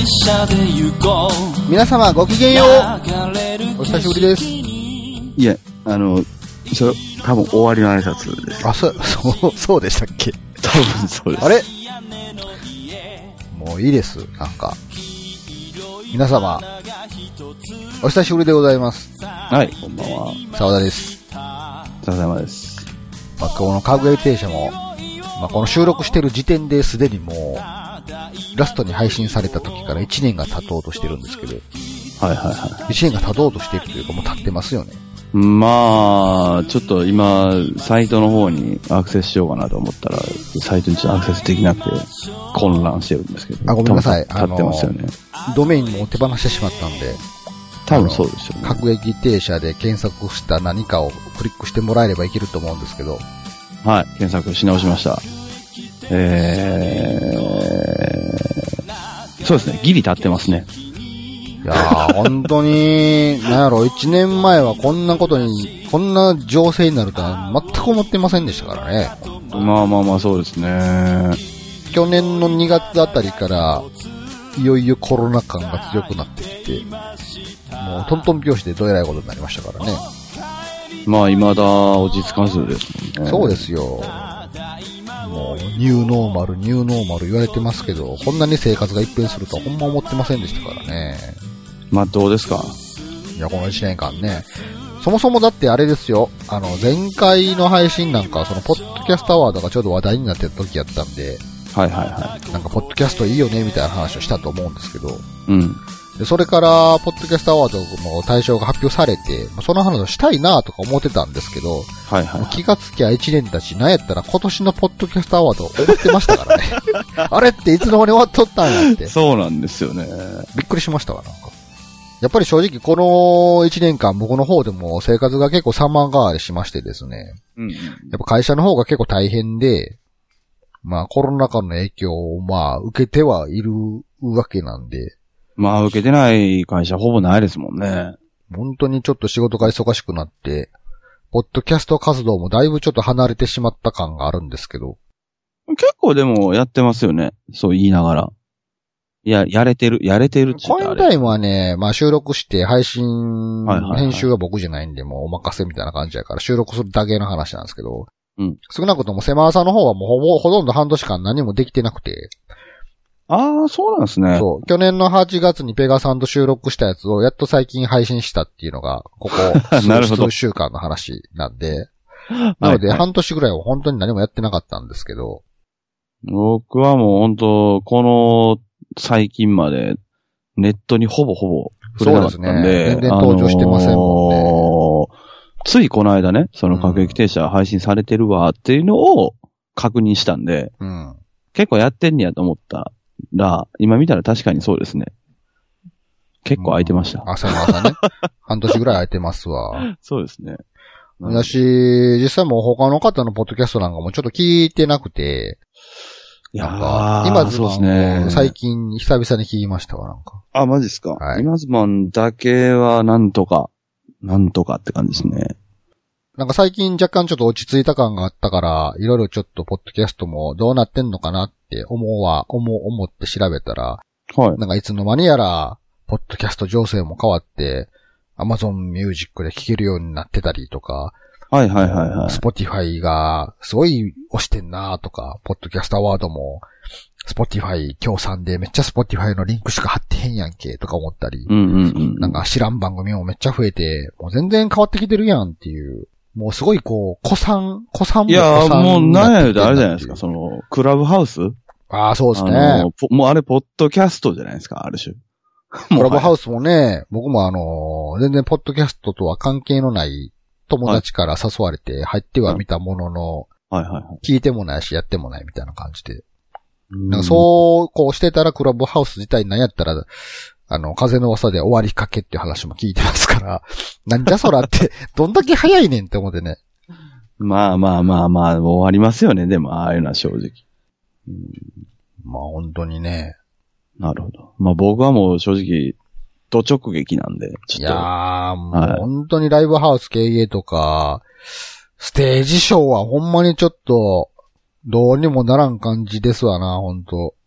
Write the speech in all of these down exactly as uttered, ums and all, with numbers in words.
皆様ごきげんよう。お久しぶりです。 いや、あの、それ、多分終わりの挨拶です。 あ、そ、そう、そうでしたっけ？ 多分そうです。 あれ？もういいです。なんか。皆様、お久しぶりでございます。 はい、こんばんは。 沢田です。 沢山です。 まあ、このかぐや停車も、まあ、この収録してる時点ですでにもう、ラストに配信された時からいちねんが経とうとしてるんですけど。 はいはいはい。 いちねんが経とうとしているというかもう経ってますよね。 まあ、ちょっと今、サイトの方にアクセスしようかなと思ったら、サイトにちょっとアクセスできなくて混乱してるんですけど。 あ、ごめんなさい。 経ってますよね。 ドメインも手放してしまったんで。 多分そうですよね。 各駅停車で検索した何かをクリックしてもらえればいけると思うんですけど。 はい、検索し直しました。えー、そうですね、ギリ経ってますね。 いやー、本当に、なんやろ、一年前はこんなことに、こんな情勢になるとは全く思ってませんでしたからね。 まあまあまあ、そうですね。 去年のにがつあたりから、いよいよコロナ感が強くなってきて、もうトントン拍子でどえらいことになりましたからね。 まあ、未だ落ち着かずですもんね。 そうですよ。もう、ニューノーマル、ニューノーマル言われてますけど、こんなに生活が一変するとはほんま思ってませんでしたからね。 まあ、どうですか？ いや、このいちねんかんね。そもそもだってあれですよ。あの、前回の配信なんか、その、ポッドキャストアワードがちょうど話題になってた時やったんで、 はいはいはい。 なんか、ポッドキャストいいよね、みたいな話をしたと思うんですけど、 うん。 で、それから、ポッドキャストアワードの対象が発表されて、その話をしたいなとか思ってたんですけど、 はいはい、はい。 気がつきゃいちねんだし、なんやったら今年のポッドキャストアワードを思ってましたからね。あれっていつの間に終わっとったんやって。 そうなんですよね。 びっくりしましたわ、なんか。やっぱり正直このいちねんかん僕の方でも生活が結構様変わりしましてですね。 うん、うん。 やっぱ会社の方が結構大変で、まあコロナ禍の影響をまあ受けてはいるわけなんで。 まあ受けてない会社ほぼないですもんね。 本当にちょっと仕事が忙しくなって、ポッドキャスト活動もだいぶちょっと離れてしまった感があるんですけど。 結構でもやってますよね。そう言いながら。いや、やれてる、やれてるって言ったらあれ。 コインタイムはね、まあ収録して配信、 はいはいはい、 編集は僕じゃないんで、もうお任せみたいな感じやから収録するだけの話なんですけど。 うん。 少なくともセマーさんの方はもうほぼ、ほとんど半年間何もできてなくて。 ああ、そうなんですね。 そう。去年のはちがつにペガさんと収録したやつをやっと最近配信したっていうのが、ここ数、数週間の話なんで。なので半年ぐらいは本当に何もやってなかったんですけど。 僕はもう本当、この最近までネットにほぼほぼ触れなかったんで。そうですね。 全然登場してませんもんね。 あのー、ついこの間ね、その各駅停車配信されてるわっていうのを確認したんで、 うん、 結構やってんねやと思ったら、今見たら確かにそうですね。結構空いてました。 うん、朝の朝ね。半年ぐらい空いてますわ。 そうですね。 だし、実際もう他の方のポッドキャストなんかもちょっと聞いてなくて、なんか、今ズマンを最近久々に聞きましたわ、なんか。 あ、マジっすか。 はい。 今ズマンだけはなんとか、なんとかって感じですね。 なんか最近若干ちょっと落ち着いた感があったから、いろいろちょっとポッドキャストもどうなってんのかなって思うわ、思う、思って調べたら、はい。なんかいつの間にやら、ポッドキャスト情勢も変わって、Amazon Music で聴けるようになってたりとか、 はいはいはいはい。 Spotify がすごい押してんなとか、ポッドキャストアワードも、Spotify 協賛でめっちゃ Spotify のリンクしか貼ってへんやんけとか思ったり、 うんうんうん、 なんか知らん番組もめっちゃ増えて、もう全然変わってきてるやんっていう、もうすごいこう、古参、古参も古参いや、もう何やるとあれじゃないですか、その、クラブハウス？ ああ、そうですね。 もうあれ、ポッドキャストじゃないですか、ある種。 クラブハウスもね、僕もあの、全然ポッドキャストとは関係のない友達から誘われて入っては見たものの、 はいはいはい、 聞いてもないしやってもないみたいな感じで。なんかそう、こうしてたらクラブハウス自体何やったら、あの、風の噂で終わりかけっていう話も聞いてますから、なんじゃそらって、どんだけ早いねんって思ってね。 まあまあまあまあ、終わりますよね、でも、ああいうのは正直。 うん、まあ本当にね。 なるほど。まあ僕はもう正直、ド直撃なんで、ちょっと。 いやー、もう本当にライブハウス経営とか、ステージショーはほんまにちょっと、どうにもならん感じですわな、本当。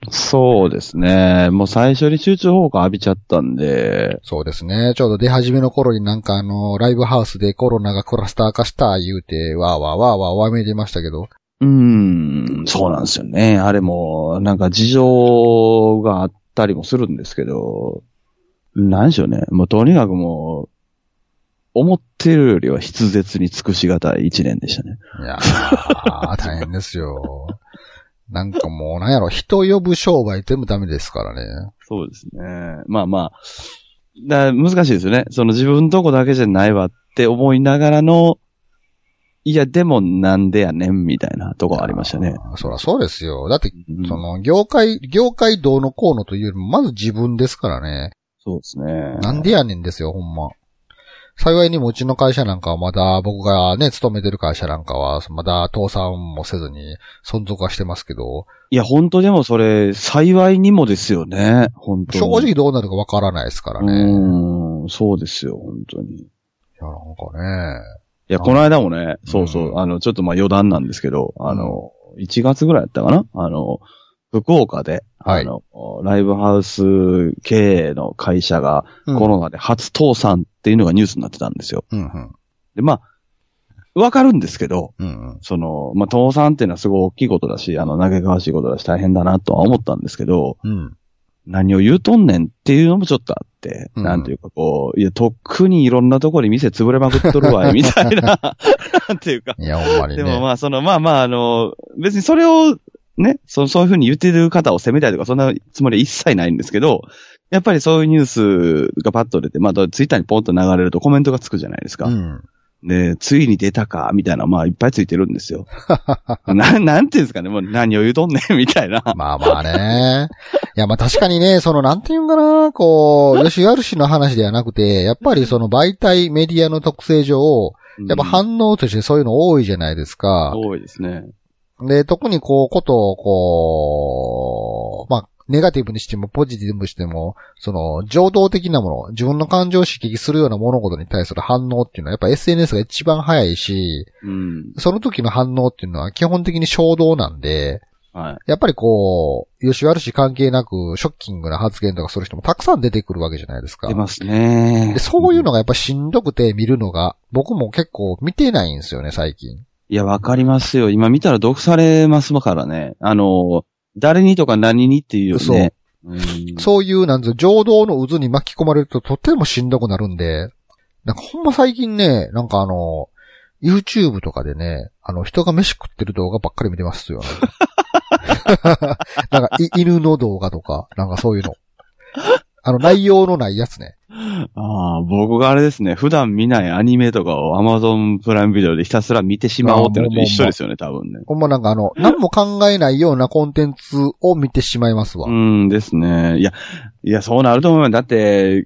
そうですね。もう最初に集中砲火浴びちゃったんで。 そうですね。ちょうど出始めの頃になんかあの、ライブハウスでコロナがクラスター化した言うて、わーわーわーわーわーめいてましたけど。 うーん、そうなんですよね。あれも、なんか事情があったりもするんですけど、なんでしょうね。もうとにかくもう、思ってるよりは筆舌に尽くしがたい一年でしたね。 いやー、大変ですよ。なんかもう、なんやろ、人呼ぶ商売全部ダメですからね。 そうですね。まあまあ、だ難しいですよね。その自分とこだけじゃないわって思いながらの、いや、でもなんでやねん、みたいなとこありましたね。 そらそうですよ。だって、うん、その、業界、業界どうのこうのというよりも、まず自分ですからね。 そうですね。 なんでやねんですよ、ほんま。幸いにもうちの会社なんかはまだ、僕がね、勤めてる会社なんかは、まだ倒産もせずに存続はしてますけど。 いや、本当でもそれ、幸いにもですよね。本当正直どうなるかわからないですからね。 うん、そうですよ、本当に。いや、なんかね。 いや、この間もね、そうそう、うん、あの、ちょっとまあ余談なんですけど、あの、うん、いちがつぐらいやったかなあの、福岡で、はい、あの、ライブハウス経営の会社がコロナで初倒産っていうのがニュースになってたんですよ。 うんうん、 で、まあ、わかるんですけど、 うんうん、 その、まあ、倒産っていうのはすごい大きいことだし、あの、嘆かわしいことだし大変だなとは思ったんですけど、 うん、 何を言うとんねんっていうのもちょっとあって、うん、なんていうかこう、いや、とっくにいろんなところに店潰れまくっとるわ、みたいな、なんていうか。 いや、ほんまにね。 でもまあ、その、まあまあ、あの、別にそれを、ね、そ、そういうふうに言ってる方を責めたいとか、そんなつもりは一切ないんですけど、やっぱりそういうニュースがパッと出て、まあ、ツイッターにポンと流れるとコメントがつくじゃないですか。 うん、 で、ついに出たか、みたいな、まあ、いっぱいついてるんですよ。な、なんていうんですかね、もう何を言うとんねん、みたいな。 まあまあね。いや、まあ確かにね、その、なんていうんかな、こう、吉悪氏の話ではなくて、やっぱりその媒体、メディアの特性上、やっぱ反応としてそういうの多いじゃないですか。 うん、多いですね。 で、特にこう、ことを、こう、まあ、ネガティブにしてもポジティブにしても、その、情動的なもの、自分の感情を刺激するような物事に対する反応っていうのは、やっぱ エスエヌエス が一番早いし、 うん、 その時の反応っていうのは基本的に衝動なんで、 はい、 やっぱりこう、吉悪し関係なくショッキングな発言とかする人もたくさん出てくるわけじゃないですか。 出ますね。 で、そういうのがやっぱしんどくて見るのが、僕も結構見てないんですよね、最近。 いや、わかりますよ。今見たら毒されますからね。あの、誰にとか何にっていうよね。 そう。うん、そういう、なんつう、情動の渦に巻き込まれるととてもしんどくなるんで、なんかほんま最近ね、なんかあの、YouTube とかでね、あの、人が飯食ってる動画ばっかり見てますよね。なんか、犬の動画とか、なんかそういうの。あの、内容のないやつね。 ああ、僕があれですね、普段見ないアニメとかを Amazon プライムビデオでひたすら見てしまおうっていうのと一緒ですよね、多分ね。 ほんまなんかあの、何も考えないようなコンテンツを見てしまいますわ。 うんですね。いや、いや、そうなると思います。だって、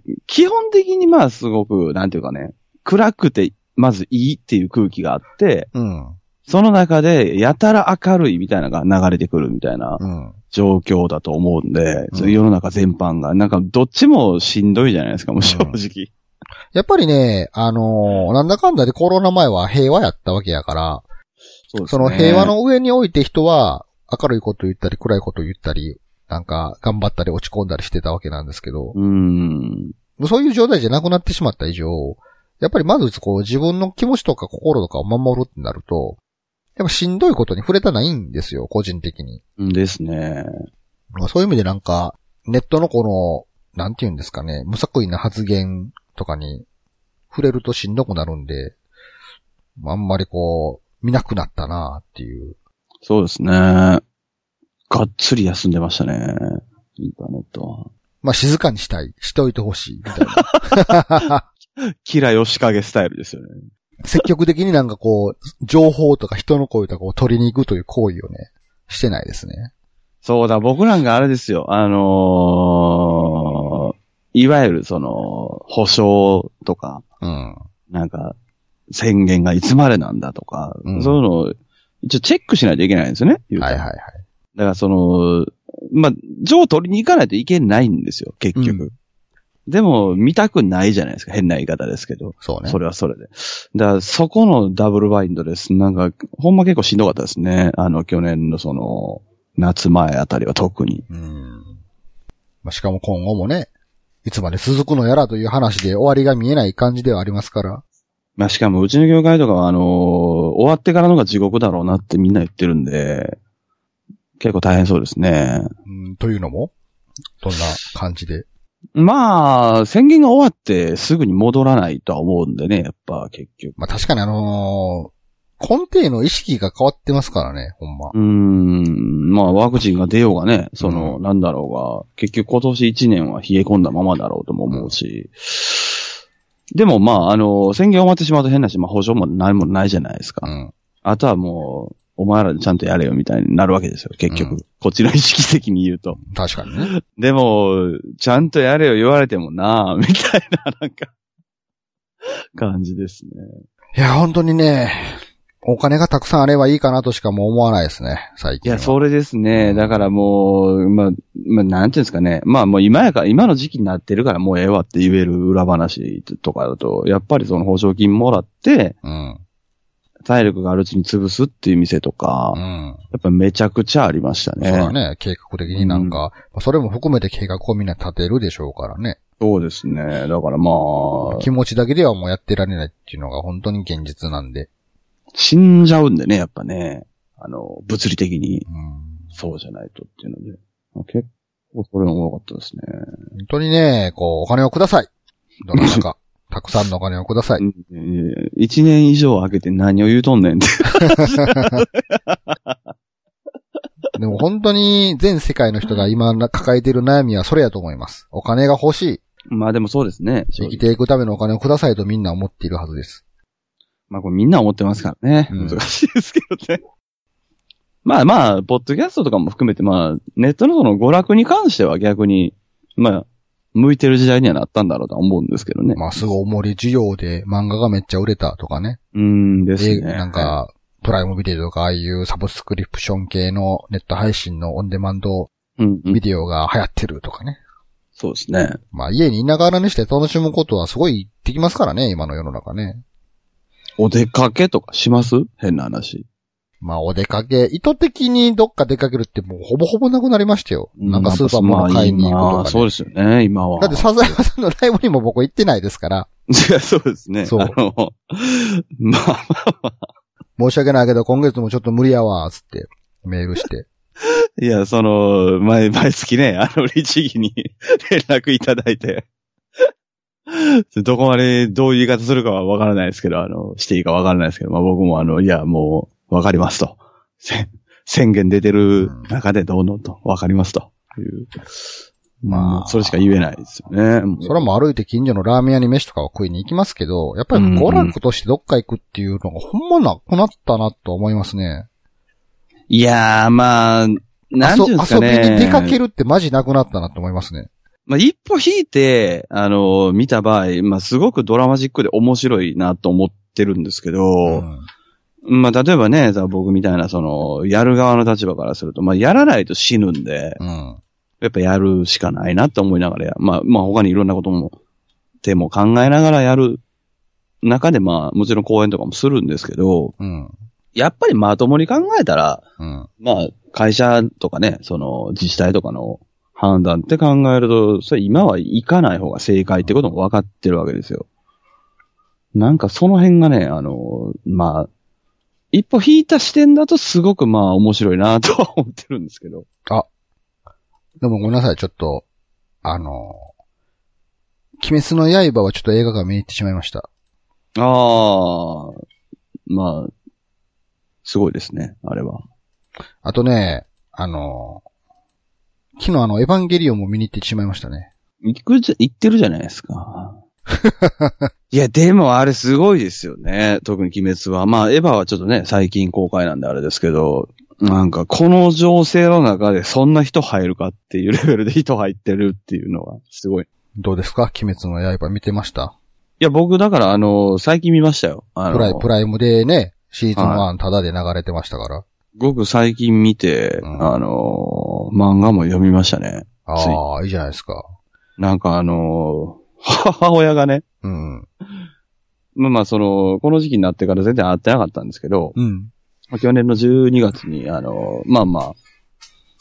基本的にまあすごく、なんていうかね、暗くて、まずいいっていう空気があって、 うん。 その中で、やたら明るいみたいなのが流れてくるみたいな状況だと思うんで、うん、世の中全般が、なんかどっちもしんどいじゃないですか、もう正直。うん、 やっぱりね、あのー、なんだかんだでコロナ前は平和やったわけやから、 そうですね、 その平和の上において人は明るいこと言ったり暗いこと言ったり、なんか頑張ったり落ち込んだりしてたわけなんですけど、 うん、 そういう状態じゃなくなってしまった以上、やっぱりまずこう自分の気持ちとか心とかを守るってなると、やっぱしんどいことに触れたないんですよ、個人的に。 ですね。 そういう意味でなんか、ネットのこの、なんて言うんですかね、無作為な発言とかに触れるとしんどくなるんで、あんまりこう、見なくなったなっていう。 そうですね。がっつり休んでましたね、インターネットは。 まあ静かにしたい、しといてほしい、みたいな。 キラヨシカゲスタイルですよね。 積極的になんかこう、情報とか人の声とかを取りに行くという行為をね、してないですね。 そうだ、僕なんかあれですよ。あのー、いわゆるその、保証とか、 うん、 なんか、宣言がいつまでなんだとか、うん、そういうのを、一応チェックしないといけないんですよね。言うたら。 はいはいはい。 だからその、まあ、情を取りに行かないといけないんですよ、結局。うんでも、見たくないじゃないですか。変な言い方ですけど。 そうね。 それはそれで。だから、そこのダブルバインドです。なんか、ほんま結構しんどかったですね。あの、去年のその、 夏前あたりは特に。 うん。まあ、しかも今後もね、いつまで続くのやらという話で終わりが見えない感じではありますから。 まあ、しかもうちの業界とかはあのー、終わってからのが地獄だろうなってみんな言ってるんで、結構大変そうですね。 うん、というのもどんな感じで。 まあ、宣言が終わってすぐに戻らないとは思うんでね、やっぱ結局。 まあ確かにあのー、根底の意識が変わってますからね、ほんま。 うーん、まあワクチンが出ようがね、その、うん、なんだろうが、結局今年いちねんは冷え込んだままだろうとも思うし、うん、でもまあ、あの、宣言終わってしまうと変なし、まあ保証もないもんないじゃないですか。うん、あとはもう、お前らでちゃんとやれよみたいになるわけですよ、結局。うん、こっちの意識的に言うと。 確かにね。 でも、ちゃんとやれよ言われてもなぁ、みたいな、なんか、感じですね。 いや、本当にね、お金がたくさんあればいいかなとしかもう思わないですね、最近は。 いや、それですね。だからもう、まあ、まあ、なんていうんですかね。まあもう今やから、今の時期になってるからもうええわって言える裏話とかだと、やっぱりその保証金もらって、うん。体力があるうちに潰すっていう店とか、うん、やっぱめちゃくちゃありましたね。 そうだね。計画的になんか、うん、それも含めて計画をみんな立てるでしょうからね。 そうですね。だからまあ。 気持ちだけではもうやってられないっていうのが本当に現実なんで。 死んじゃうんでね、やっぱね。あの、物理的に。うん、そうじゃないとっていうので。結構それも多かったですね。 本当にね、こう、お金をください。どなたか。たくさんのお金をください。 一年以上空けて何を言うとんねんって。 でも本当に全世界の人が今抱えている悩みはそれやと思います。お金が欲しい。 まあでもそうですね。 生きていくためのお金をくださいとみんな思っているはずです。 まあこれみんな思ってますからね。うん、難しいですけどね。まあまあ、ポッドキャストとかも含めてまあ、ネットのその娯楽に関しては逆に、まあ、向いてる時代にはなったんだろうと思うんですけどね。 まあ、すごい重り需要で漫画がめっちゃ売れたとかね。 うーんですね。 なんか、プライムビデオとかああいうサブスクリプション系のネット配信のオンデマンドビデオが流行ってるとかね。 そうですね。 まあ、家にいながらにして楽しむことはすごいできますからね、今の世の中ね。 お出かけとかします？変な話。 まあ、お出かけ、意図的にどっか出かけるってもうほぼほぼなくなりましたよ。なんかスーパーもの買いに行くとか、ね。まあ、 そうですよね、今は。 だってサザエさんのライブにも僕行ってないですから。 いや、そうですね。 そう。 あの、まあまあまあ。 申し訳ないけど今月もちょっと無理やわ、つってメールして。 いや、その、毎、毎月ね、あの、律儀に連絡いただいて。どこまでどういう言い方するかはわからないですけど、あの、していいかわからないですけど、まあ僕もあの、いや、もう、わかりますと。宣言出てる中でどうのと、わかりますという。まあ、それしか言えないですよね。 それも歩いて近所のラーメン屋に飯とかを食いに行きますけど、やっぱり娯楽としてどっか行くっていうのがほんまなくなったなと思いますね。 いやー、まあ、なんていうんですかね。 遊びに出かけるってマジなくなったなと思いますね。 まあ、一歩引いて、あの、見た場合、まあ、すごくドラマチックで面白いなと思ってるんですけど、うんまあ、例えばね、僕みたいな、その、やる側の立場からすると、まあ、やらないと死ぬんで、うん、やっぱやるしかないなって思いながら、まあ、まあ、他にいろんなことも、手も考えながらやる中で、まあ、もちろん講演とかもするんですけど、うん、やっぱりまともに考えたら、うん、まあ、会社とかね、その、自治体とかの判断って考えると、それ今は行かない方が正解ってことも分かってるわけですよ。なんかその辺がね、あの、まあ、一歩引いた視点だとすごくまあ面白いなとは思ってるんですけど。 あ。でもごめんなさい、ちょっと、あの、鬼滅の刃はちょっと映画館見に行ってしまいました。 ああ、まあ、すごいですね、あれは。 あとね、あの、昨日あの、エヴァンゲリオンも見に行ってしまいましたね。 行くじゃ、行ってるじゃないですか。いや、でもあれすごいですよね。特に鬼滅は。まあ、エヴァはちょっとね、最近公開なんであれですけど、なんかこの情勢の中でそんな人入るかっていうレベルで人入ってるっていうのはすごい。 どうですか？鬼滅の刃見てました？ いや、僕だからあの、最近見ましたよ。あのプライ、プライムでね、シーズンワンタダで流れてましたから。 僕最近見て、うん、あの、漫画も読みましたね。 ああ、いいじゃないですか。 なんかあの、母親がね、うん。まあまあ、その、この時期になってから全然会ってなかったんですけど、うん。去年のじゅうにがつに、あの、まあまあ、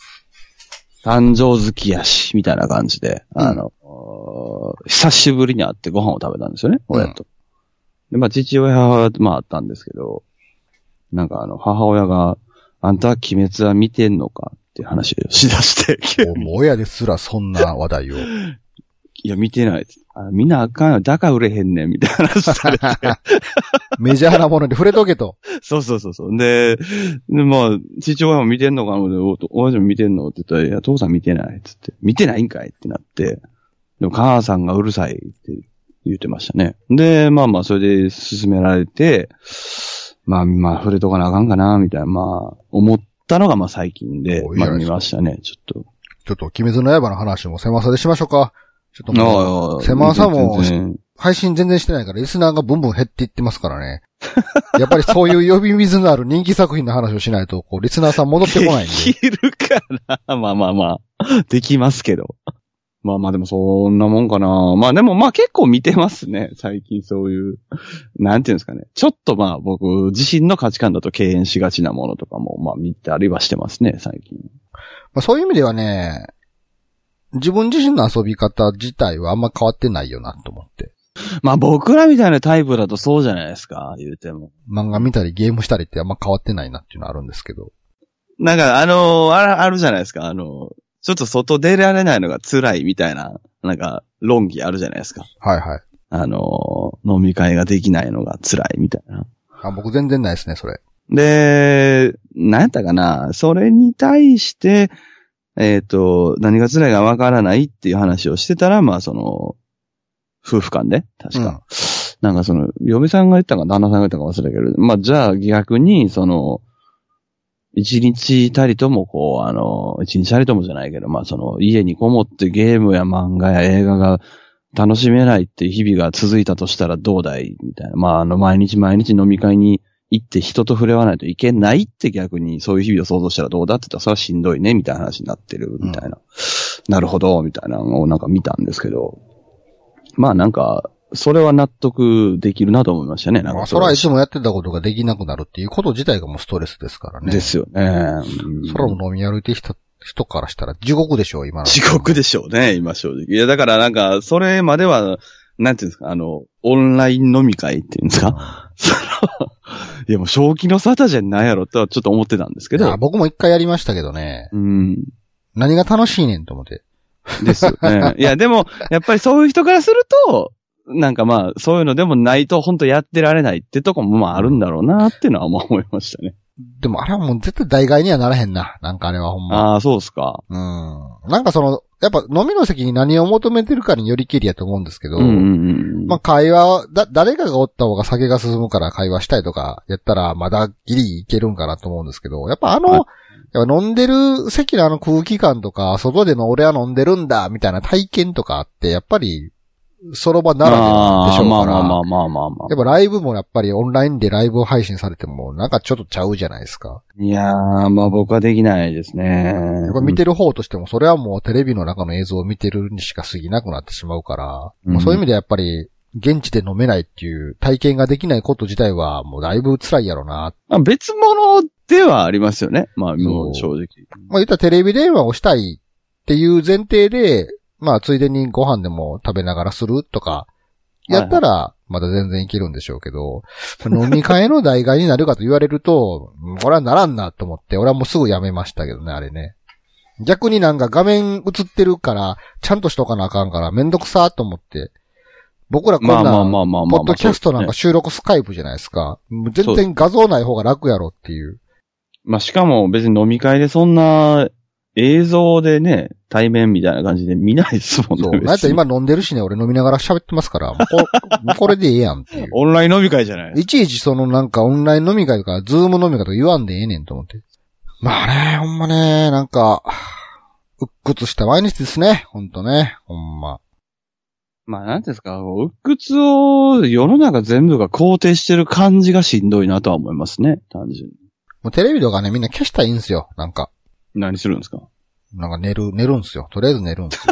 誕生月やし、みたいな感じで、うん、あの、久しぶりに会ってご飯を食べたんですよね、親と。うん、で、まあ、父親は、まあ、あったんですけど、なんかあの、母親が、あんたは鬼滅は見てんのかっていう話をしだして。 もう親ですらそんな話題を。 いや、見てないです。あみんなあかんよ。だから売れへんねん、みたいな話されて。 メジャーなもので触れとけと。 そうそうそうそう。で、でまあ、父親も見てんのかな、親父も見てんのって言ったら、いや、父さん見てないって言って、見てないんかいってなって、でも母さんがうるさいって言ってましたね。で、まあまあ、それで勧められて、まあまあ、触れとかなあかんかな、みたいな、まあ、思ったのがまあ最近で、まあ見ましたね、ちょっと。 ちょっと、鬼滅の刃の話も狭さでしましょうか。ちょっともう、狭さも、配信全然してないから、リスナーがブンブン減っていってますからね。やっぱりそういう呼び水のある人気作品の話をしないと、こう、リスナーさん戻ってこないんで。 できるかなまあまあまあ、できますけど。まあまあでもそんなもんかな。まあでもまあ結構見てますね。最近そういう、なんていうんですかね。ちょっとまあ僕自身の価値観だと敬遠しがちなものとかもまあ見たりはしてますね、最近。 まあそういう意味ではね、自分自身の遊び方自体はあんま変わってないよなと思って。 まあ僕らみたいなタイプだとそうじゃないですか、言うても。 漫画見たりゲームしたりってあんま変わってないなっていうのはあるんですけど。 なんかあのー、あ, あるじゃないですか、あのー、ちょっと外出られないのが辛いみたいな、なんか論議あるじゃないですか。 はいはい。 あのー、飲み会ができないのが辛いみたいな。 あ、僕全然ないですね、それ。 で、なんやったかな、それに対して、えっと、何が辛いかわからないっていう話をしてたら、まあその、夫婦間で、確か。うん、なんかその、嫁さんが言ったか旦那さんが言ったか忘れたけど、まあじゃあ逆に、その、一日たりともこう、あの、一日たりともじゃないけど、まあその、家にこもってゲームや漫画や映画が楽しめないっていう日々が続いたとしたらどうだいみたいな。まああの、毎日毎日飲み会に行って人と触れ合わないといけないって逆にそういう日々を想像したらどうだって言ったらそれはしんどいねみたいな話になってるみたいな。うん、なるほど、みたいなのをなんか見たんですけど。まあなんか、それは納得できるなと思いましたね。なんかそれはいつもやってたことができなくなるっていうこと自体がもうストレスですからね。 ですよね。 うん、それも飲み歩いてきた人からしたら地獄でしょう、今の。 地獄でしょうね、今正直。いや、だからなんか、それまでは、なんていうんですか、あの、オンライン飲み会っていうんですか。いや、もう正気の沙汰じゃないやろとはちょっと思ってたんですけど。いや、 僕も一回やりましたけどね。 うん。 何が楽しいねんと思って。 ですよね。いや、でも、やっぱりそういう人からすると、なんかまあ、そういうのでもないと本当やってられないってとこもまああるんだろうなっていうのはまあ思いましたね。 でもあれはもう絶対代替にはならへんな。なんかあれはほんま。 ああ、そうですか。 うん。なんかその、やっぱ飲みの席に何を求めてるかによりきりやと思うんですけど、 うんうんうん、 まあ会話、だ、誰かがおった方が酒が進むから会話したいとかやったらまだギリいけるんかなと思うんですけど、やっぱあの、はい、やっぱ飲んでる席のあの空気感とか、外での俺は飲んでるんだみたいな体験とかあって、やっぱり、その場ならではでしょうから。 まあまあまあまあまあ。 やっぱライブもやっぱりオンラインでライブを配信されてもなんかちょっとちゃうじゃないですか。 いやー、まあ僕はできないですね。 やっぱ見てる方としてもそれはもうテレビの中の映像を見てるにしか過ぎなくなってしまうから、うん、まあ、そういう意味でやっぱり現地で飲めないっていう体験ができないこと自体はもうだいぶ辛いやろな。 まあ別物ではありますよね。まあもう正直。 まあ言ったらテレビ電話をしたいっていう前提で、まあついでにご飯でも食べながらするとか、やったら、まだ全然いけるんでしょうけど、はいはい、飲み会の代替になるかと言われると、これはならんなと思って、俺はもうすぐやめましたけどね、あれね。逆になんか画面映ってるから、ちゃんとしとかなあかんから、めんどくさーと思って。僕らこんな、ポッドキャストなんか収録スカイプじゃないですか。全然画像ない方が楽やろっていう。 まあしかも別に飲み会でそんな、映像でね、対面みたいな感じで見ないですもんね。 そう。だって今飲んでるしね、俺飲みながら喋ってますから、もうこもうこれでええやんっていう。 オンライン飲み会じゃない。 いちいちそのなんかオンライン飲み会とか、ズーム飲み会とか言わんでええねんと思って。まあね、ほんまね、なんか、鬱屈した毎日ですね、ほんとね、ほんま。 まあなんていうんですか、鬱屈を世の中全部が肯定してる感じがしんどいなとは思いますね、単純に。 もうテレビとかね、みんな消したらいいんですよ、なんか。 何するんですか？ なんか寝る、寝るんすよ。とりあえず寝るんすよ。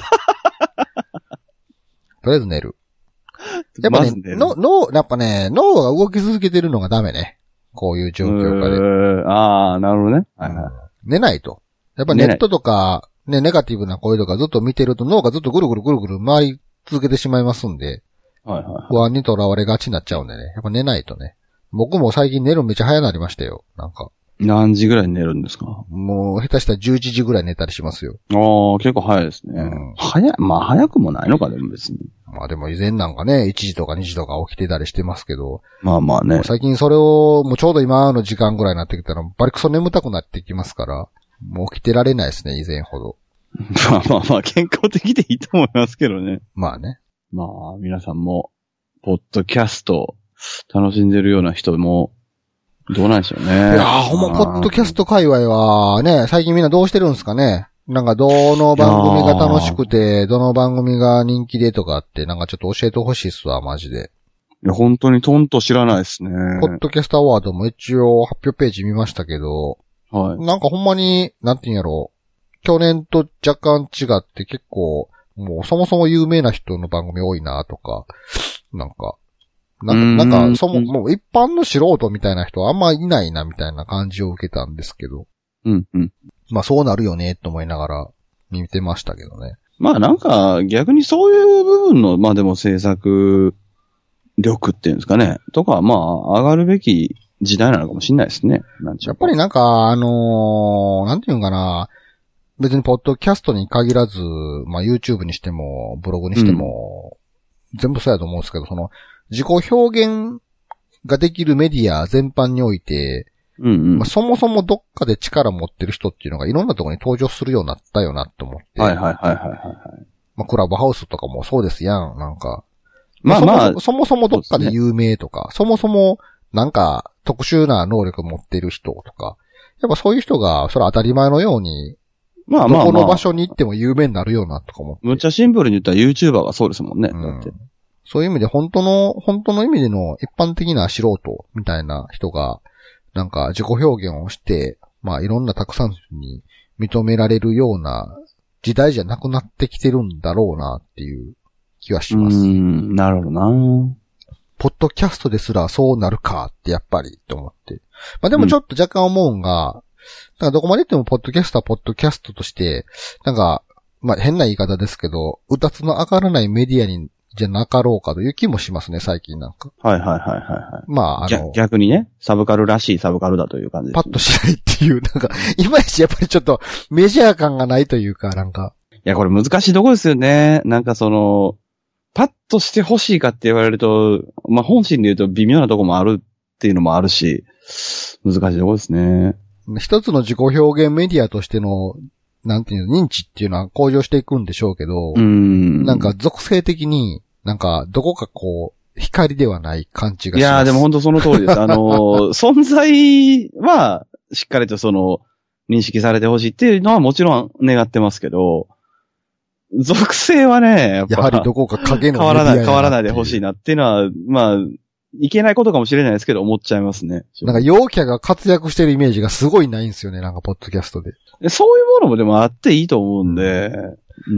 とりあえず寝る。やっぱね、ま、脳、やっぱね、脳が動き続けてるのがダメね。こういう状況下で。 ああ、なるほどね。はいはい。 寝ないと。やっぱネットとか、 ね、ネガティブな声とかずっと見てると脳がずっとぐるぐるぐるぐる回り続けてしまいますんで、 はいはいはい、 不安にとらわれがちになっちゃうんでね。やっぱ寝ないとね。僕も最近寝るめっちゃ早なりましたよ。なんか。 何時ぐらいに寝るんですか？ もう下手したらじゅういちじぐらい寝たりしますよ。 ああ、結構早いですね。うん、早い、まあ早くもないのかでも別に。 まあでも以前なんかね、いちじとかにじとか起きてたりしてますけど。 まあまあね。 最近それを、もうちょうど今の時間ぐらいになってきたら、バリクソ眠たくなってきますから、もう起きてられないですね、以前ほど。 まあまあまあ、健康的でいいと思いますけどね。 まあね。 まあ、皆さんも、ポッドキャスト、楽しんでるような人も、どうなんでしょうね。いやー、ほんま、ポッドキャスト界隈はね、最近みんなどうしてるんですかね。なんか、どの番組が楽しくて、どの番組が人気でとかって、なんかちょっと教えてほしいっすわ、マジで。 いや、本当にトンと知らないですね。 ポッドキャストアワードも一応発表ページ見ましたけど、はい。なんかほんまに、なんていうんやろう。去年と若干違って結構、もうそもそも有名な人の番組多いなとか、なんか、なんか、なんか、そも、もう一般の素人みたいな人はあんまいないなみたいな感じを受けたんですけど。 うんうん。 まあそうなるよねと思いながら見てましたけどね。 まあなんか逆にそういう部分の、まあでも制作力っていうんですかね。とかまあ上がるべき時代なのかもしれないですね。なんちゅうやっぱりなんか、あのー、なんていうのかな。別にポッドキャストに限らず、まあ YouTube にしても、ブログにしても、うん、全部そうやと思うんですけど、その、自己表現ができるメディア全般において、 うんうんまあ、そもそもどっかで力持ってる人っていうのがいろんなところに登場するようになったよなと思って。 はいはいはいはいはい。 まあクラブハウスとかもそうですやん、なんか。 まあまあ。 そもそもどっかで有名とか、そもそもなんか特殊な能力持ってる人とか、やっぱそういう人がそれ当たり前のように、まあまあ、まあ、どこの場所に行っても有名になるようなとか思って。 むっちゃシンプルに言ったら YouTuber がそうですもんね。 うん、だってそういう意味で本当の、本当の意味での一般的な素人みたいな人が、なんか自己表現をして、まあいろんなたくさんに認められるような時代じゃなくなってきてるんだろうなっていう気はします。 うーん、なるほどな。 ポッドキャストですらそうなるかってやっぱりと思って。まあでもちょっと若干思うんが、なんかどこまで言ってもポッドキャストはポッドキャストとして、なんか、まあ変な言い方ですけど、うたつの上がらないメディアにじゃなかろうかという気もしますね、最近なんか。 はいはいはいはいはい。 まあ、あの。 逆にね、サブカルらしいサブカルだという感じです、ね。 パッとしないっていう、なんか、いまいちやっぱりちょっとメジャー感がないというか、なんか。 いや、これ難しいとこですよね。なんかその、パッとしてほしいかって言われると、まあ本心で言うと微妙なとこもあるっていうのもあるし、難しいとこですね。 一つの自己表現メディアとしての、なんていうの、認知っていうのは向上していくんでしょうけど、 うーんなんか属性的に、なんか、どこかこう、光ではない感じがします。 いやーでも本当その通りです。あのー、存在は、しっかりとその、認識されてほしいっていうのはもちろん願ってますけど、属性はね、やっぱやはりどこか影の変わらない、変わらないでほしいなっていうのは、まあ、いけないことかもしれないですけど、思っちゃいますね。 なんか陽キャが活躍してるイメージがすごいないんですよね、なんかポッドキャストで。 そういうものもでもあっていいと思うんで、うん、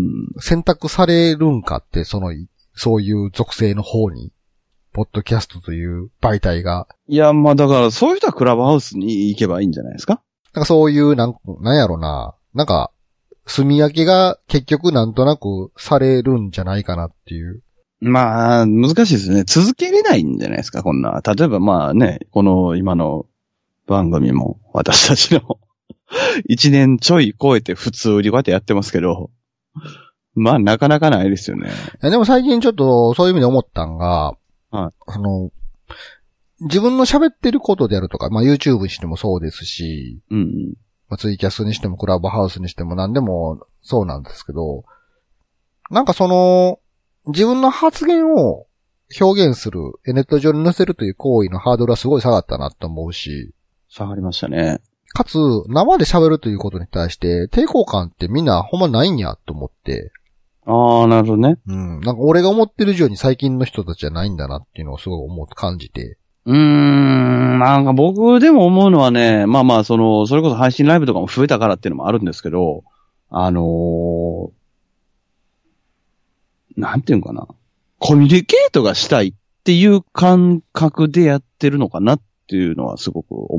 選択されるんかって、その、そういう属性の方に、ポッドキャストという媒体が。 いや、まあだからそういう人はクラブハウスに行けばいいんじゃないですか？ なんかそういう、なん、なんやろな、なんか、住み分けが結局なんとなくされるんじゃないかなっていう。 まあ、難しいですね。続けれないんじゃないですか、こんな。例えばまあね、この今の番組も私たちの一年ちょい超えて普通にこうやってやってますけど、まあなかなかないですよね。 いやでも最近ちょっとそういう意味で思ったんが、 はい、 あの、自分の喋ってることであるとか、まあ YouTube にしてもそうですし、 うんうんまあ、ツイキャスにしてもクラブハウスにしても何でもそうなんですけど、なんかその、自分の発言を表現する、ネット上に載せるという行為のハードルはすごい下がったなと思うし。 下がりましたね。 かつ、生で喋るということに対して抵抗感ってみんなほんまないんやと思って。 ああ、なるほどね。 うん。なんか俺が思ってる以上に最近の人たちじゃないんだなっていうのをすごい思う、感じて。 うーん、なんか僕でも思うのはね、まあまあその、それこそ配信ライブとかも増えたからっていうのもあるんですけど、あのー、なんていうのかな。コミュニケートがしたいっていう感覚でやってるのかなっていうのはすごく思っ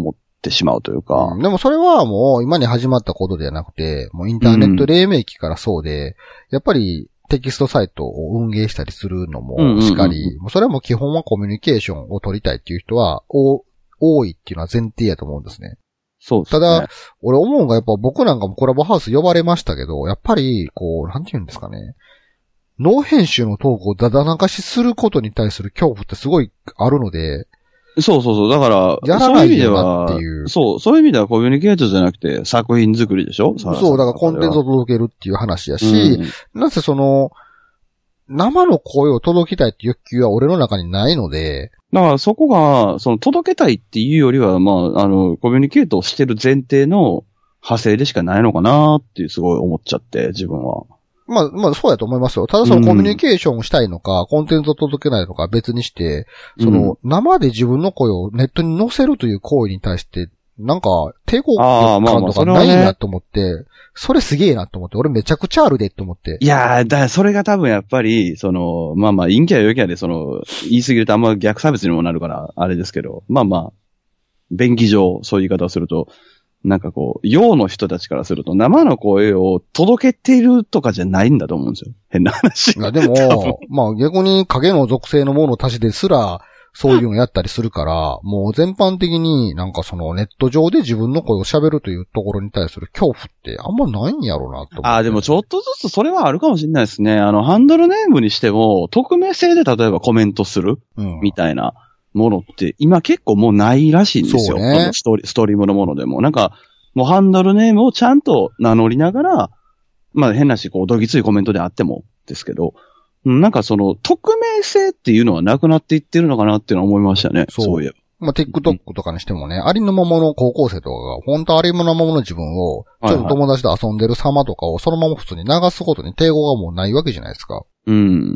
ってしまうというか。 うん、でもそれはもう今に始まったことではなくて、もうインターネット黎明期からそうで、うん、やっぱりテキストサイトを運営したりするのもしかり、うんうんうん、もうそれはもう基本はコミュニケーションを取りたいっていう人は多いっていうのは前提やと思うんですね。 そうですね。 ただ、俺思うのがやっぱ僕なんかもコラボハウス呼ばれましたけど、やっぱり、こう、なんて言うんですかね。ノー編集のトークをダダ流しすることに対する恐怖ってすごいあるので。 そうそうそう。だから、 やらないよなっていう。 そう、そういう意味ではコミュニケートじゃなくて作品作りでしょ？ そう、だからコンテンツを届けるっていう話やし、うん、なぜその、生の声を届けたいって欲求は俺の中にないので。 だからそこが、その届けたいっていうよりは、まあ、あの、コミュニケートをしてる前提の派生でしかないのかなっていうすごい思っちゃって、自分は。 まあ、まあ、そうやと思いますよ。ただそのコミュニケーションをしたいのか、うん、コンテンツを届けないのか別にして、その、生で自分の声をネットに載せるという行為に対して、なんか、抵抗感とかないなと思って、それすげえなと思って、俺めちゃくちゃあるでと思って。 いやー、だ、それが多分やっぱり、その、まあまあ、陰キャや陽キャで、その、言い過ぎるとあんま逆差別にもなるから、あれですけど、まあまあ、便宜上、そういう言い方をすると、なんかこう、陽の人たちからすると、生の声を届けているとかじゃないんだと思うんですよ。変な話。 いや、でも、まあ逆に影の属性のものたちですら、そういうのやったりするから、もう全般的になんかそのネット上で自分の声を喋るというところに対する恐怖ってあんまないんやろうなと思って。 ああ、でもちょっとずつそれはあるかもしれないですね。あの、ハンドルネームにしても、匿名性で例えばコメントする、うん、みたいなものって、今結構もうないらしいんですよ。そうね。ストーリー、ストリームのものでも。なんか、もうハンドルネームをちゃんと名乗りながら、まあ変なし、こう、どぎついコメントであってもですけど、なんかその、匿名性っていうのはなくなっていってるのかなっていうのは思いましたね。そう。そういえば。 まあ、TikTok とかにしてもね、うん、ありのままの高校生とかが、本当ありのままの自分を、ちょっと友達と遊んでる様とかをそのまま普通に流すことに抵抗がもうないわけじゃないですか。 うん。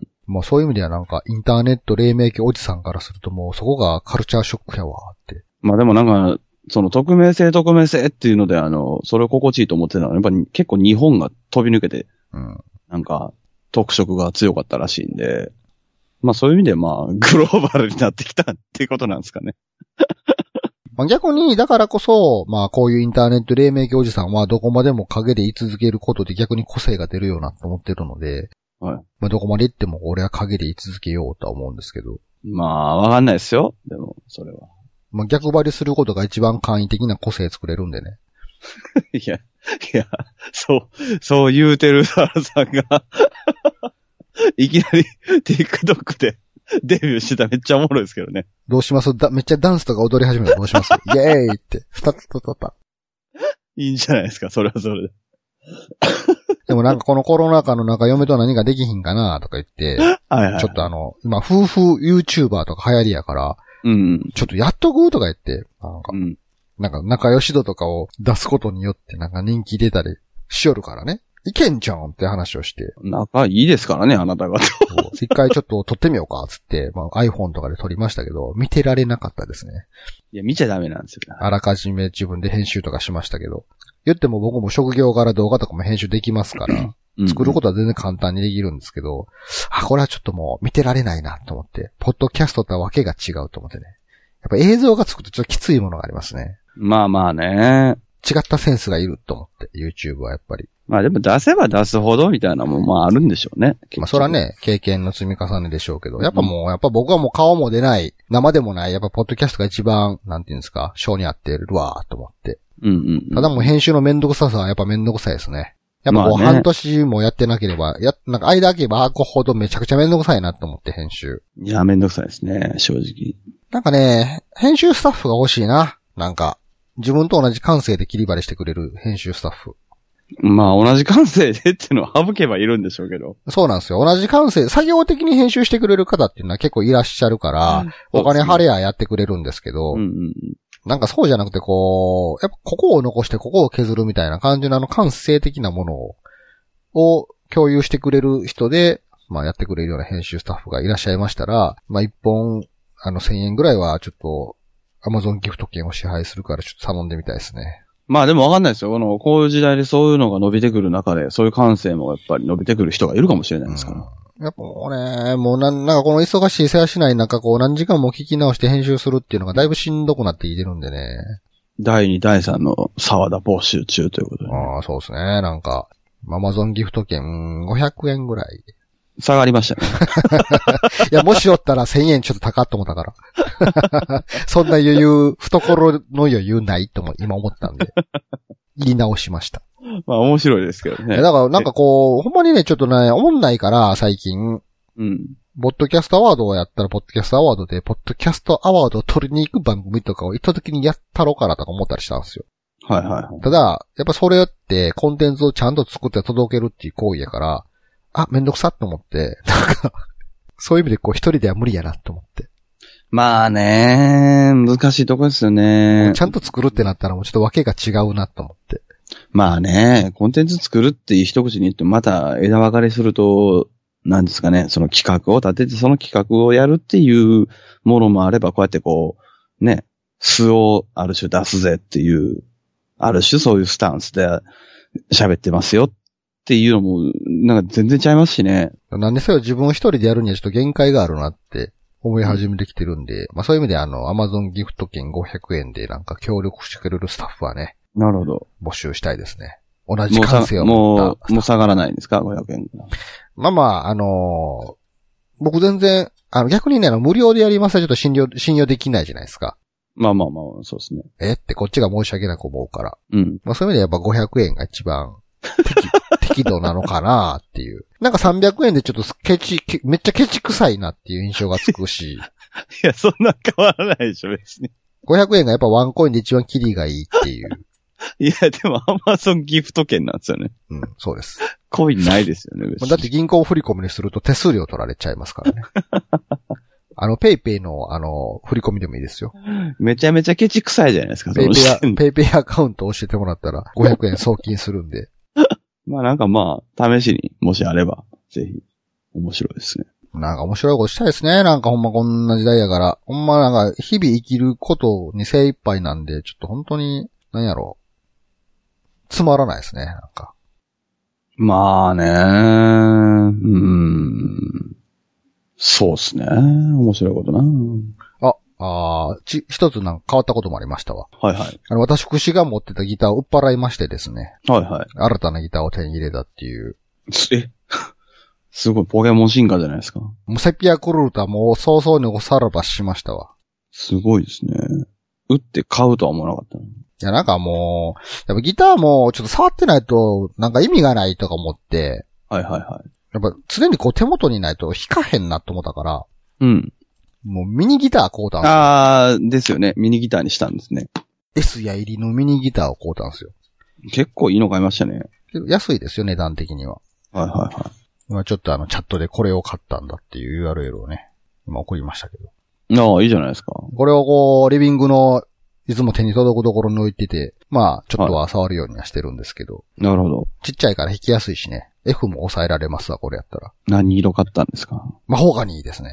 まあそういう意味ではなんか、インターネット黎明期おじさんからするともうそこがカルチャーショックやわって。 まあでもなんか、その匿名性匿名性っていうので、あの、それを心地いいと思ってたのは、やっぱり結構日本が飛び抜けて、うん、なんか、特色が強かったらしいんで、まあそういう意味でまあ、グローバルになってきたっていうことなんですかね。 まあ逆に、だからこそ、まあこういうインターネット黎明期おじさんはどこまでも影で居続けることで逆に個性が出るようなと思ってるので、はい。まあどこまで行っても俺は影で居続けようとは思うんですけど。 まあ、わかんないですよ。でも、それは。 まあ、逆張りすることが一番簡易的な個性作れるんでね。 いや、いや、そう、そう言うてるサラさんが、いきなり TikTok でデビューしてたらめっちゃおもろいですけどね。 どうしますだめっちゃダンスとか踊り始めたらどうしますイェーイって、スタッタタタ。 いいんじゃないですか、それはそれで。 でもなんかこのコロナ禍の中嫁と何かできひんかなとか言って、はいはい、ちょっとあの、今夫婦 YouTuber とか流行りやから、うん、ちょっとやっとくとか言って、なんか、うん、なんか仲良し度とかを出すことによってなんか人気出たりしよるからね。いけんじゃんって話をして。 仲いいですからね、あなたが。 一回ちょっと撮ってみようか、つって、まあ、iPhone とかで撮りましたけど、見てられなかったですね。 いや、見ちゃダメなんですよ。 あらかじめ自分で編集とかしましたけど。言っても僕も職業柄動画とかも編集できますから、作ることは全然簡単にできるんですけど、あ、これはちょっともう見てられないなと思って、ポッドキャストとはわけが違うと思ってね。やっぱ映像がつくとちょっときついものがありますね。 まあまあね。 違ったセンスがいると思って、YouTube はやっぱり。 まあでも出せば出すほどみたいなもんまああるんでしょうね。 まあそれはね、経験の積み重ねでしょうけど、やっぱもう、うん、やっぱ僕はもう顔も出ない、生でもない、やっぱポッドキャストが一番、なんていうんですか、性に合ってるわーと思って。 うんうんうん、 ただもう編集のめんどくささはやっぱめんどくさいですね。やっぱこう半年もやってなければ、や、なんか間空けば空くほどめちゃくちゃめんどくさいなと思って編集。 いや、めんどくさいですね、正直。 なんかね、編集スタッフが欲しいな。なんか、自分と同じ感性で切り張りしてくれる編集スタッフ。 まあ同じ感性でっていうのは省けばいるんでしょうけど。 そうなんですよ。同じ感性、作業的に編集してくれる方っていうのは結構いらっしゃるから、お金張れややってくれるんですけど、うんうん、なんかそうじゃなくてこう、やっぱここを残してここを削るみたいな感じのあの感性的なものを、を共有してくれる人で、まあやってくれるような編集スタッフがいらっしゃいましたら、まあ一本、あのせんえんぐらいはちょっと、Amazon ギフト券を支配するからちょっと頼んでみたいですね。 まあでもわかんないですよ。この、こういう時代でそういうのが伸びてくる中で、そういう感性もやっぱり伸びてくる人がいるかもしれないですから。 うん、やっぱもうね、もうなん、なんかこの忙しい世話しない中、こう何時間も聞き直して編集するっていうのがだいぶしんどくなってきてるんでね。 だいに、だいさんの沢田募集中ということで。 ああ、そうですね。なんか、アマゾンギフト券ごひゃくえんぐらい。 下がりましたね。 いや、もしおったらせんえんちょっと高っと思ったから。そんな余裕、懐の余裕ないとも今思ったんで。言い直しました。 まあ面白いですけどね。 だからなんかこう、ほんまにね、ちょっとね、思んないから、最近。 うん。 ポッドキャストアワードをやったら、ポッドキャストアワードで、ポッドキャストアワードを取りに行く番組とかを意図的にやったろうかなとか思ったりしたんですよ。 はいはいはい。 ただ、やっぱそれってコンテンツをちゃんと作って届けるっていう行為やから、あ、めんどくさって思って、なんか、そういう意味でこう一人では無理やなって思って。 まあね、難しいとこですよね。 ちゃんと作るってなったらもうちょっと訳が違うなと思って。 まあね、コンテンツ作るっていう一口に言ってまた枝分かれすると、なんですかね、その企画を立ててその企画をやるっていうものもあれば、こうやってこう、ね、素をある種出すぜっていう、ある種そういうスタンスで喋ってますよっていうのも、なんか全然ちゃいますしね。 なんでそれを自分一人でやるにはちょっと限界があるなって思い始めてきてるんで、まあそういう意味であの、Amazon ギフト券ごひゃくえんでなんか協力してくれるスタッフはね。 なるほど。 募集したいですね。同じ感性を持った。 もう、もう下がらないんですか ?ごひゃくえん。 まあまあ、あのー、僕全然、あの逆にね、あの、無料でやりますとちょっと信用、信用できないじゃないですか。 まあまあまあ、そうですね。 えってこっちが申し訳なく思うから。 うん。 まあそういう意味でやっぱごひゃくえんが一番適、適度なのかなっていう。なんかさんびゃくえんでちょっとケチ、めっちゃケチ臭いなっていう印象がつくし。 いや、そんな変わらないでしょ、別に。 ごひゃくえんがやっぱワンコインで一番キリがいいっていう。 いや、でも Amazon ギフト券なんですよね。 うん、そうです。 コインないですよね、別に。 だって銀行振り込みにすると手数料取られちゃいますからね。あの、ペイペイの、あの、振り込みでもいいですよ。 めちゃめちゃケチ臭いじゃないですか、 ペイペイア、ペイペイアカウント教えてもらったらごひゃくえん送金するんで。 まあなんかまあ、試しにもしあれば、ぜひ、面白いですね。 なんか面白いことしたいですね。なんかほんまこんな時代やから。ほんまなんか日々生きることに精一杯なんで、ちょっと本当に、なんやろう。つまらないですね、なんか。 まあね、うーん。そうですね。面白いことな。 あ、あーち、一つなんか変わったこともありましたわ。 はいはい。 あの、私、串が持ってたギターを売っ払いましてですね。 はいはい。 新たなギターを手に入れたっていう。 えすごい、ポケモン進化じゃないですか。 もうセピアクルータもう早々におさらばしましたわ。 すごいですね。売って買うとは思わなかったな。 いや、なんかもう、やっぱギターもちょっと触ってないと、なんか意味がないとか思って、 はいはいはい。 やっぱ常にこう手元にないと弾かへんなと思ったから、 うん。 もうミニギター買うたんですよ。 ああ、ですよね。ミニギターにしたんですね。 S や入りのミニギターを買うたんですよ。 結構いいの買いましたね。 安いですよ、値段的には。 はいはいはい。 今ちょっとあのチャットでこれを買ったんだっていう ユーアールエル をね、今送りましたけど。 ああ、いいじゃないですか。 これをこう、リビングのいつも手に届くところに置いてて、まあ、ちょっとは触るようにはしてるんですけど。はい、 なるほど。 ちっちゃいから弾きやすいしね。F も抑えられますわ、これやったら。 何色買ったんですか？ マホガニーですね。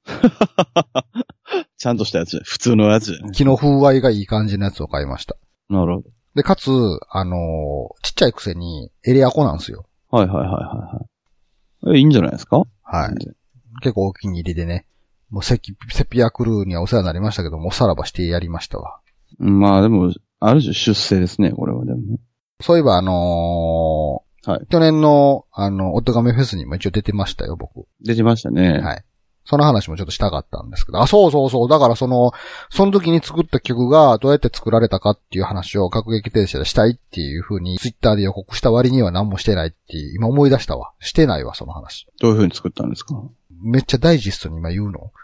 ちゃんとしたやつ。普通のやつ。 木の風合いがいい感じのやつを買いました。 なるほど。 で、かつ、あのー、ちっちゃいくせにエレアコなんですよ。 はいはいはいはい。え、いいんじゃないですか？ はい。結構お気に入りでね。もうセキ、セピアクルーにはお世話になりましたけども、おさらばしてやりましたわ。 まあでも、ある種出世ですね、これはでも。 そういえばあのー、はい。去年の、あの、オトガメフェスにも一応出てましたよ、僕。 出てましたね。 はい。その話もちょっとしたかったんですけど。あ、そうそうそう。だからその、その時に作った曲がどうやって作られたかっていう話を各撃停車でしたいっていう風にツイッターで予告した割には何もしてないっていう、今思い出したわ。してないわ、その話。 どういう風に作ったんですか？ めっちゃダイジェストに今言うの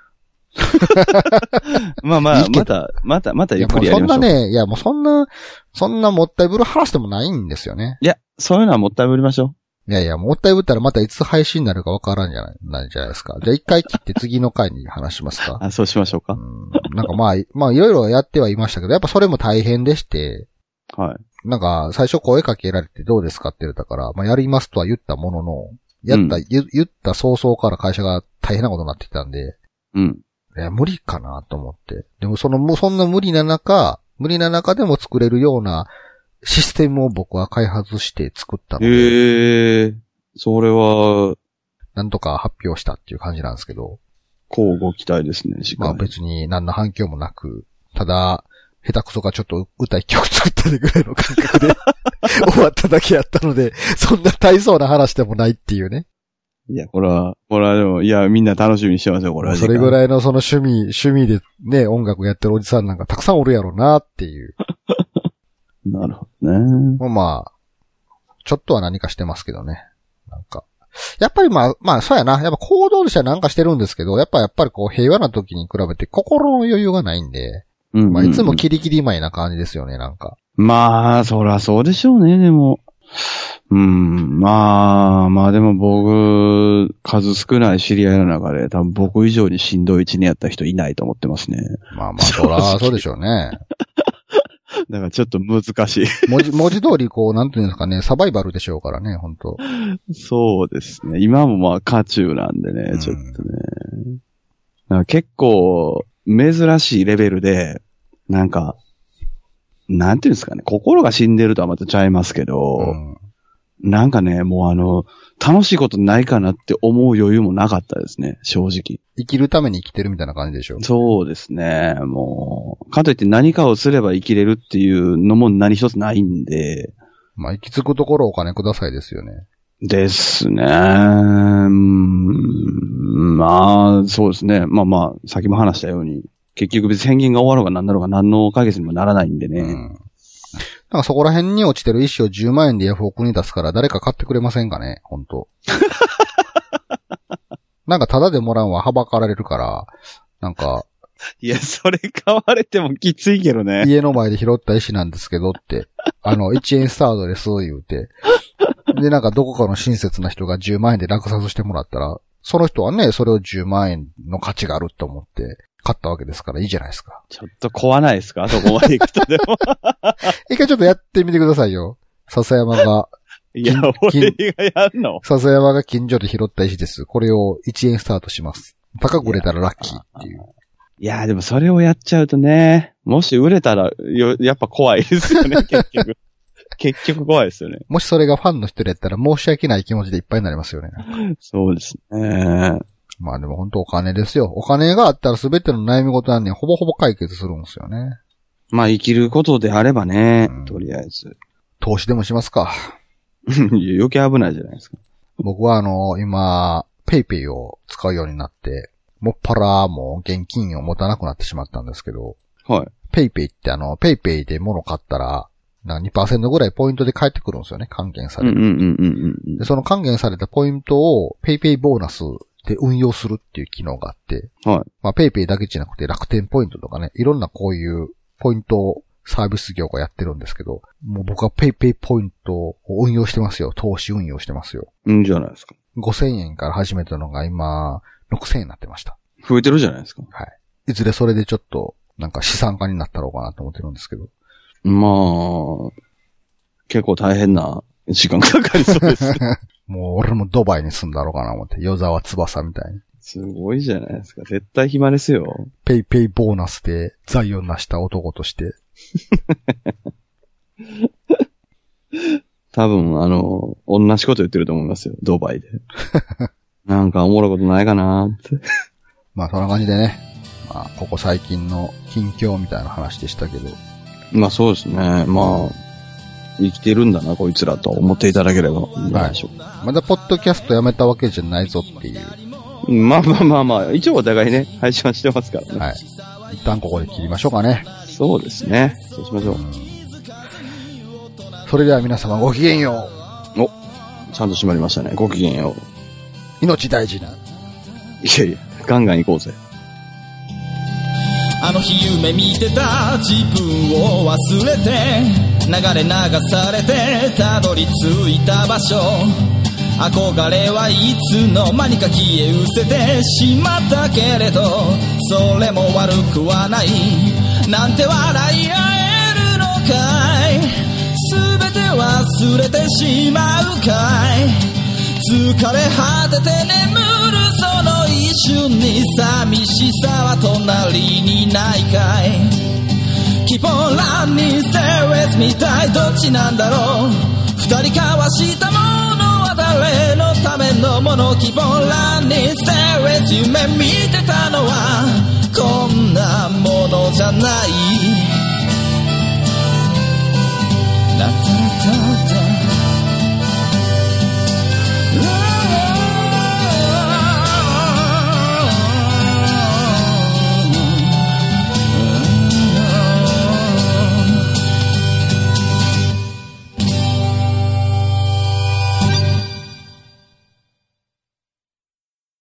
まあまあ、いいまた、また、またゆっくりやりましょう。 いやもうそんなね、いやもうそんな、そんなもったいぶる話でもないんですよね。 いや、そういうのはもったいぶりましょう。 いやいや、もったいぶったらまたいつ配信になるかわからんじゃない、ないじゃないですか。じゃあ一回切って次の回に話しますか。 あ、そうしましょうか。 うん、なんかまあ、まあいろいろやってはいましたけど、やっぱそれも大変でして、 はい。 なんか最初声かけられてどうですかって言ったから、まあやりますとは言ったものの、やった、うん、言, 言った早々から会社が大変なことになってきたんで、 うん。 いや、無理かなと思って。でもその、もうそんな無理な中、無理な中でも作れるようなシステムを僕は開発して作ったので。 へえー、それは、 なんとか発表したっていう感じなんですけど。 こうご期待ですね、 まあ別に何の反響もなく、ただ、 下手くそがちょっと歌一曲作ったぐらいの感覚で終わっただけやったので、そんな大層な話でもないっていうね。 いや、これは、これはでも、いや、みんな楽しみにしてますよ、これは。 それぐらいのその趣味、趣味でね、音楽やってるおじさんなんかたくさんおるやろうなっていう。 なるほどね。 まあ、ちょっとは何かしてますけどね。なんか。やっぱりまあ、まあ、そうやな。やっぱ行動としてはなんかしてるんですけど、やっぱやっぱりこう平和な時に比べて心の余裕がないんで、うんうんうん、まあ、いつもキリキリ前な感じですよね、なんか。 まあ、そらそうでしょうね、でも。うん、まあ、まあでも僕、数少ない知り合いの中で多分僕以上にしんどい一年やった人いないと思ってますね。 まあまあ、そらそうでしょうね。 だからちょっと難しい。 文字、文字通りこう、なんていうんですかね、サバイバルでしょうからね、本当。 そうですね。今もまあ、渦中なんでね、ちょっとね。なんか結構、珍しいレベルで、なんか、なんていうんですかね、心が死んでるとはまたちゃいますけど、うん、なんかね、もうあの、楽しいことないかなって思う余裕もなかったですね、正直。 生きるために生きてるみたいな感じでしょ？ そうですね、もう、かといって何かをすれば生きれるっていうのも何一つないんで。 まあ、行き着くところお金くださいですよね。 ですね。うん、まあ、そうですね。まあまあ、さっきも話したように、結局別に宣言が終わろうが何だろうが何の解決にもならないんでね。うん。 なんかそこら辺に落ちてる石をじゅうまんえんでヤフオクに出すから誰か買ってくれませんかね、本当。なんかタダでもらうのははばかられるから、なんか。 いや、それ買われてもきついけどね。 家の前で拾った石なんですけどって、あの、いちえんスタートです言うて。で、なんかどこかの親切な人がじゅうまんえんで落札してもらったら、その人はね、それをじゅうまんえんの価値があると思って、買ったわけですからいいじゃないですか。 ちょっと怖ないですかそこまで行くとでも。 一回ちょっとやってみてくださいよ。笹山が。 いや、俺がやんの笹山が近所で拾った石です。これをいちえんスタートします。高く売れたらラッキーっていう。 いや、でもそれをやっちゃうとね、もし売れたらよ、やっぱ怖いですよね、結局。結局怖いですよね。 もしそれがファンの人でやったら申し訳ない気持ちでいっぱいになりますよね。 そうですね。 まあでも本当お金ですよ。お金があったら全ての悩み事はね、ほぼほぼ解決するんですよね。 まあ生きることであればね、うん、とりあえず。 投資でもしますか。 余計危ないじゃないですか。 僕はあの、今、ペイペイを使うようになって、もっぱらもう現金を持たなくなってしまったんですけど、 はい。 ペイペイってあの、ペイペイで物買ったら、なんか にパーセント ぐらいポイントで返ってくるんですよね、還元される。 うんうんうんうん、 で、その還元されたポイントをペイペイボーナスで運用するっていう機能があって、 はい。 まあ、ペイペイだけじゃなくて楽天ポイントとかね、いろんなこういうポイントサービス業がやってるんですけど、もう僕はペイペイポイントを運用してますよ。投資運用してますよ。 うんじゃないですか。 ごせんえんから始めたのが今、ろくせんえんになってました。 増えてるじゃないですか。 はい。いずれそれでちょっと、なんか資産家になったろうかなと思ってるんですけど。 まあ、結構大変な時間かかりそうです。 もう俺もドバイに住んだろうかな思って、与沢翼みたいに。 すごいじゃないですか。絶対暇ですよ。 ペイペイボーナスで財を成した男として。 多分、あの、同じこと言ってると思いますよ。ドバイで。なんかおもろいことないかなって。 まあそんな感じでね。まあここ最近の近況みたいな話でしたけど。 まあそうですね。まあ、生きてるんだな、こいつらと思っていただければいいんじゃないでしょうか。 はい、まだポッドキャストやめたわけじゃないぞっていう。 まあまあまあまあ、一応お互いね、配信はしてますからね。 はい。一旦ここで切りましょうかね。 そうですね。そうしましょう。うん、 それでは皆様ごきげんよう。お、ちゃんと閉まりましたね。ごきげんよう。命大事な。 いやいや、ガンガン行こうぜ。 あの日夢見てた自分を忘れて流れ流されてたどり着いた場所憧れはいつの間にか消え失せてしまったけれどそれも悪くはないなんて笑い合えるのかい全て忘れてしまうかい疲れ果てて眠るその一瞬に寂しさは隣にないかい Keep on running, stay with me たいどっちなんだろう二人交わしたものは誰のためのもの Keep on running, stay with you 夢見てたのはこんなものじゃない